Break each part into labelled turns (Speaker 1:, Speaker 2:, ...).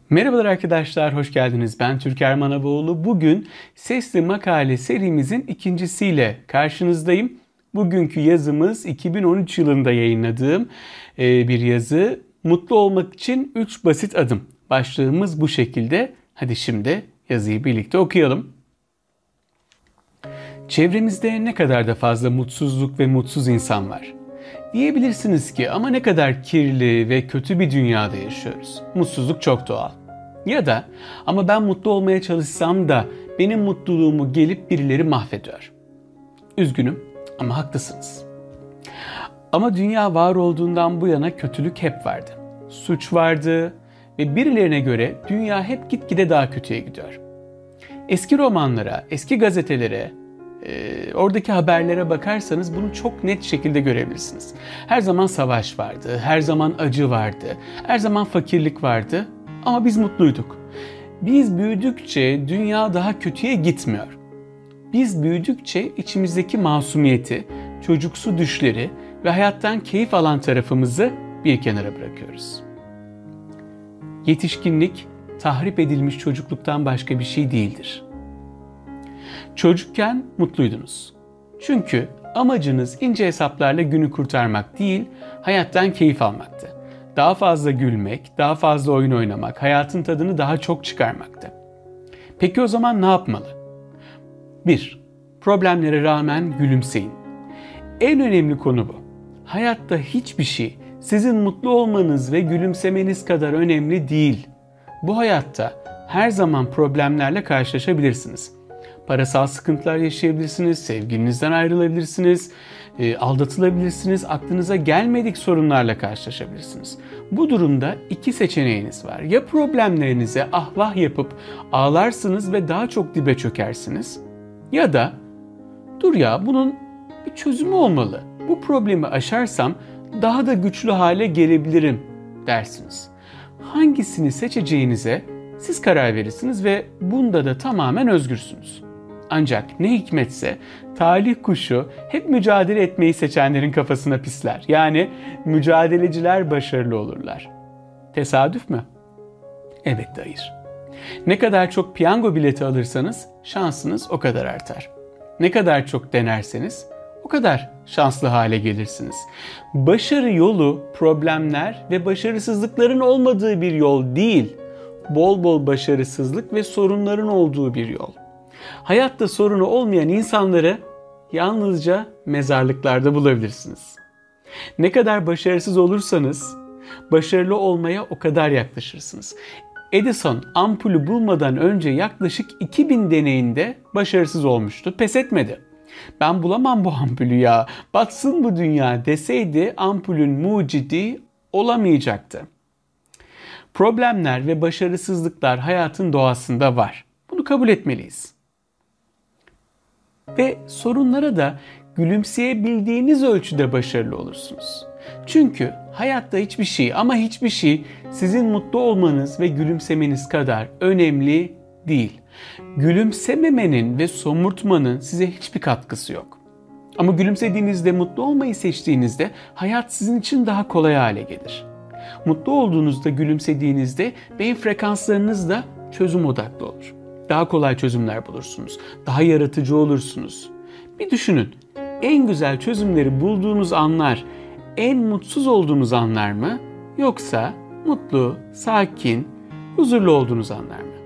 Speaker 1: Merhabalar arkadaşlar, hoş geldiniz. Ben Türker Manavoğlu. Bugün Sesli Makale serimizin ikincisiyle karşınızdayım. Bugünkü yazımız 2013 yılında yayınladığım bir yazı. Mutlu olmak için 3 basit adım. Başlığımız bu şekilde. Hadi şimdi yazıyı birlikte okuyalım. Çevremizde ne kadar da fazla mutsuzluk ve mutsuz insan var. Diyebilirsiniz ki ama ne kadar kirli ve kötü bir dünyada yaşıyoruz. Mutsuzluk çok doğal. Ya da ama ben mutlu olmaya çalışsam da benim mutluluğumu gelip birileri mahvediyor. Üzgünüm ama haklısınız. Ama dünya var olduğundan bu yana kötülük hep vardı. Suç vardı ve birilerine göre dünya hep gitgide daha kötüye gidiyor. Eski romanlara, eski gazetelere, oradaki haberlere bakarsanız bunu çok net şekilde görebilirsiniz. Her zaman savaş vardı, her zaman acı vardı, her zaman fakirlik vardı ama biz mutluyduk. Biz büyüdükçe dünya daha kötüye gitmiyor. Biz büyüdükçe içimizdeki masumiyeti, çocuksu düşleri ve hayattan keyif alan tarafımızı bir kenara bırakıyoruz. Yetişkinlik, tahrip edilmiş çocukluktan başka bir şey değildir. Çocukken mutluydunuz. Çünkü amacınız ince hesaplarla günü kurtarmak değil, hayattan keyif almaktı. Daha fazla gülmek, daha fazla oyun oynamak, hayatın tadını daha çok çıkarmaktı. Peki o zaman ne yapmalı? 1. Problemlere rağmen gülümseyin. En önemli konu bu. Hayatta hiçbir şey sizin mutlu olmanız ve gülümsemeniz kadar önemli değil. Bu hayatta her zaman problemlerle karşılaşabilirsiniz. Parasal sıkıntılar yaşayabilirsiniz, sevgilinizden ayrılabilirsiniz, aldatılabilirsiniz, aklınıza gelmedik sorunlarla karşılaşabilirsiniz. Bu durumda iki seçeneğiniz var. Ya problemlerinize ahvah yapıp ağlarsınız ve daha çok dibe çökersiniz. Ya da dur ya bunun bir çözümü olmalı. Bu problemi aşarsam daha da güçlü hale gelebilirim dersiniz. Hangisini seçeceğinize siz karar verirsiniz ve bunda da tamamen özgürsünüz. Ancak ne hikmetse talih kuşu hep mücadele etmeyi seçenlerin kafasına pisler. Yani mücadeleciler başarılı olurlar. Tesadüf mü? Elbette hayır. Ne kadar çok piyango bileti alırsanız şansınız o kadar artar. Ne kadar çok denerseniz o kadar şanslı hale gelirsiniz. Başarı yolu problemler ve başarısızlıkların olmadığı bir yol değil, bol bol başarısızlık ve sorunların olduğu bir yol. Hayatta sorunu olmayan insanları yalnızca mezarlıklarda bulabilirsiniz. Ne kadar başarısız olursanız başarılı olmaya o kadar yaklaşırsınız. Edison ampulü bulmadan önce yaklaşık 2000 deneyinde başarısız olmuştu. Pes etmedi. Ben bulamam bu ampulü ya, batsın bu dünya deseydi ampulün mucidi olamayacaktı. Problemler ve başarısızlıklar hayatın doğasında var. Bunu kabul etmeliyiz. Ve sorunlara da gülümseyebildiğiniz ölçüde başarılı olursunuz. Çünkü hayatta hiçbir şey ama hiçbir şey sizin mutlu olmanız ve gülümsemeniz kadar önemli değil. Gülümsememenin ve somurtmanın size hiçbir katkısı yok. Ama gülümsediğinizde, mutlu olmayı seçtiğinizde hayat sizin için daha kolay hale gelir. Mutlu olduğunuzda, gülümsediğinizde beyin frekanslarınız da çözüm odaklı olur. Daha kolay çözümler bulursunuz. Daha yaratıcı olursunuz. Bir düşünün. En güzel çözümleri bulduğunuz anlar en mutsuz olduğunuz anlar mı? Yoksa mutlu, sakin, huzurlu olduğunuz anlar mı?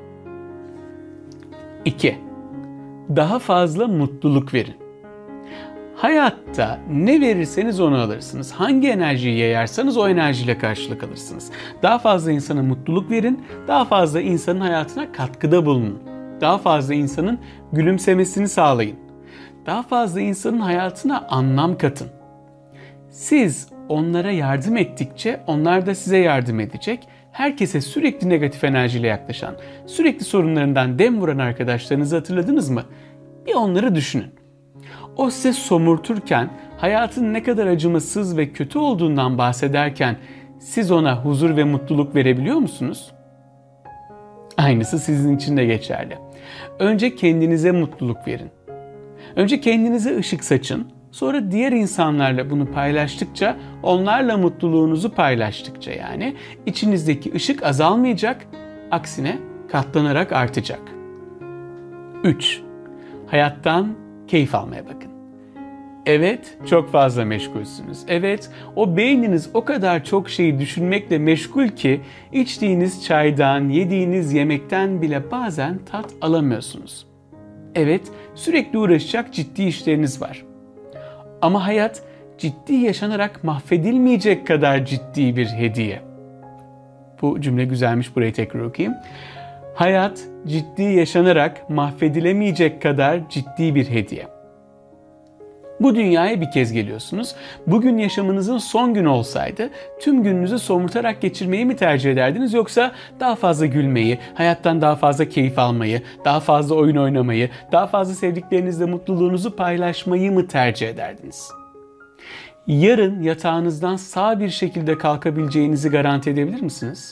Speaker 1: 2. Daha fazla mutluluk verin. Hayatta ne verirseniz onu alırsınız. Hangi enerjiyi yayarsanız o enerjiyle karşılık alırsınız. Daha fazla insana mutluluk verin, daha fazla insanın hayatına katkıda bulunun. Daha fazla insanın gülümsemesini sağlayın. Daha fazla insanın hayatına anlam katın. Siz onlara yardım ettikçe onlar da size yardım edecek. Herkese sürekli negatif enerjiyle yaklaşan, sürekli sorunlarından dem vuran arkadaşlarınızı hatırladınız mı? Bir onları düşünün. O size somurturken, hayatın ne kadar acımasız ve kötü olduğundan bahsederken siz ona huzur ve mutluluk verebiliyor musunuz? Aynısı sizin için de geçerli. Önce kendinize mutluluk verin. Önce kendinize ışık saçın. Sonra diğer insanlarla bunu paylaştıkça, onlarla mutluluğunuzu paylaştıkça yani içinizdeki ışık azalmayacak, Aksine katlanarak artacak. 3. Hayattan keyif almaya bakın. Evet, çok fazla meşgulsünüz. Evet, o beyniniz o kadar çok şeyi düşünmekle meşgul ki içtiğiniz çaydan, yediğiniz yemekten bile bazen tat alamıyorsunuz. Evet, sürekli uğraşacak ciddi işleriniz var. Ama hayat ciddi yaşanarak mahvedilmeyecek kadar ciddi bir hediye. Bu cümle güzelmiş, burayı tekrar okuyayım. Hayat ciddi yaşanarak mahvedilemeyecek kadar ciddi bir hediye. Bu dünyaya bir kez geliyorsunuz. Bugün yaşamınızın son günü olsaydı tüm gününüzü somurtarak geçirmeyi mi tercih ederdiniz, yoksa daha fazla gülmeyi, hayattan daha fazla keyif almayı, daha fazla oyun oynamayı, daha fazla sevdiklerinizle mutluluğunuzu paylaşmayı mı tercih ederdiniz? Yarın yatağınızdan sağ bir şekilde kalkabileceğinizi garanti edebilir misiniz?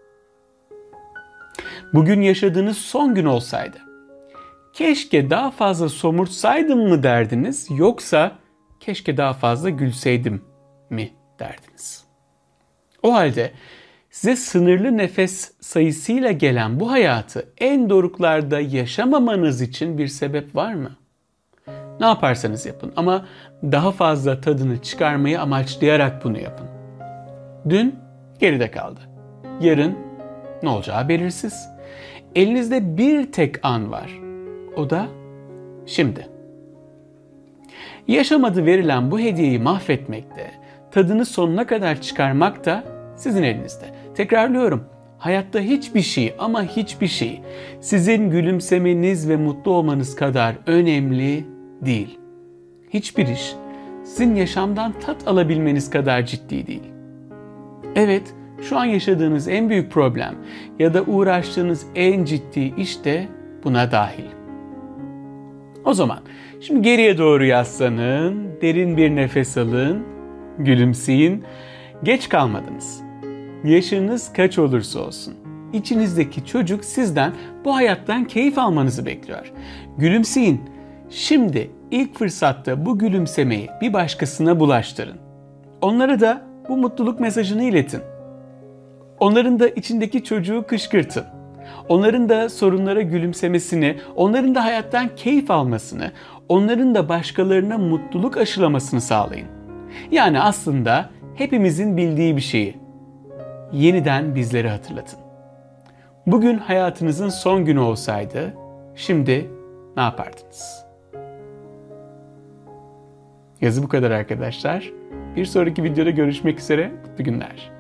Speaker 1: Bugün yaşadığınız son gün olsaydı, keşke daha fazla somurtsaydım mı derdiniz, yoksa keşke daha fazla gülseydim mi derdiniz? O halde size sınırlı nefes sayısıyla gelen bu hayatı en doruklarda yaşamamanız için bir sebep var mı? Ne yaparsanız yapın ama daha fazla tadını çıkarmayı amaçlayarak bunu yapın. Dün geride kaldı. Yarın ne olacağı belirsiz. Elinizde bir tek an var. O da şimdi. Yaşamadı verilen bu hediyeyi mahvetmek de, tadını sonuna kadar çıkarmak da sizin elinizde. Tekrarlıyorum. Hayatta hiçbir şey ama hiçbir şey sizin gülümsemeniz ve mutlu olmanız kadar önemli değil. Hiçbir iş sizin yaşamdan tat alabilmeniz kadar ciddi değil. Evet, şu an yaşadığınız en büyük problem ya da uğraştığınız en ciddi iş de buna dahil. O zaman şimdi geriye doğru yaslanın, derin bir nefes alın, gülümseyin. Geç kalmadınız. Yaşınız kaç olursa olsun, İçinizdeki çocuk sizden bu hayattan keyif almanızı bekliyor. Gülümseyin. Şimdi ilk fırsatta bu gülümsemeyi bir başkasına bulaştırın. Onlara da bu mutluluk mesajını iletin. Onların da içindeki çocuğu kışkırtın. Onların da sorunlara gülümsemesini, onların da hayattan keyif almasını, onların da başkalarına mutluluk aşılamasını sağlayın. Yani aslında hepimizin bildiği bir şeyi yeniden bizlere hatırlatın. Bugün hayatınızın son günü olsaydı, şimdi ne yapardınız? Yazı bu kadar arkadaşlar. Bir sonraki videoda görüşmek üzere. Mutlu günler.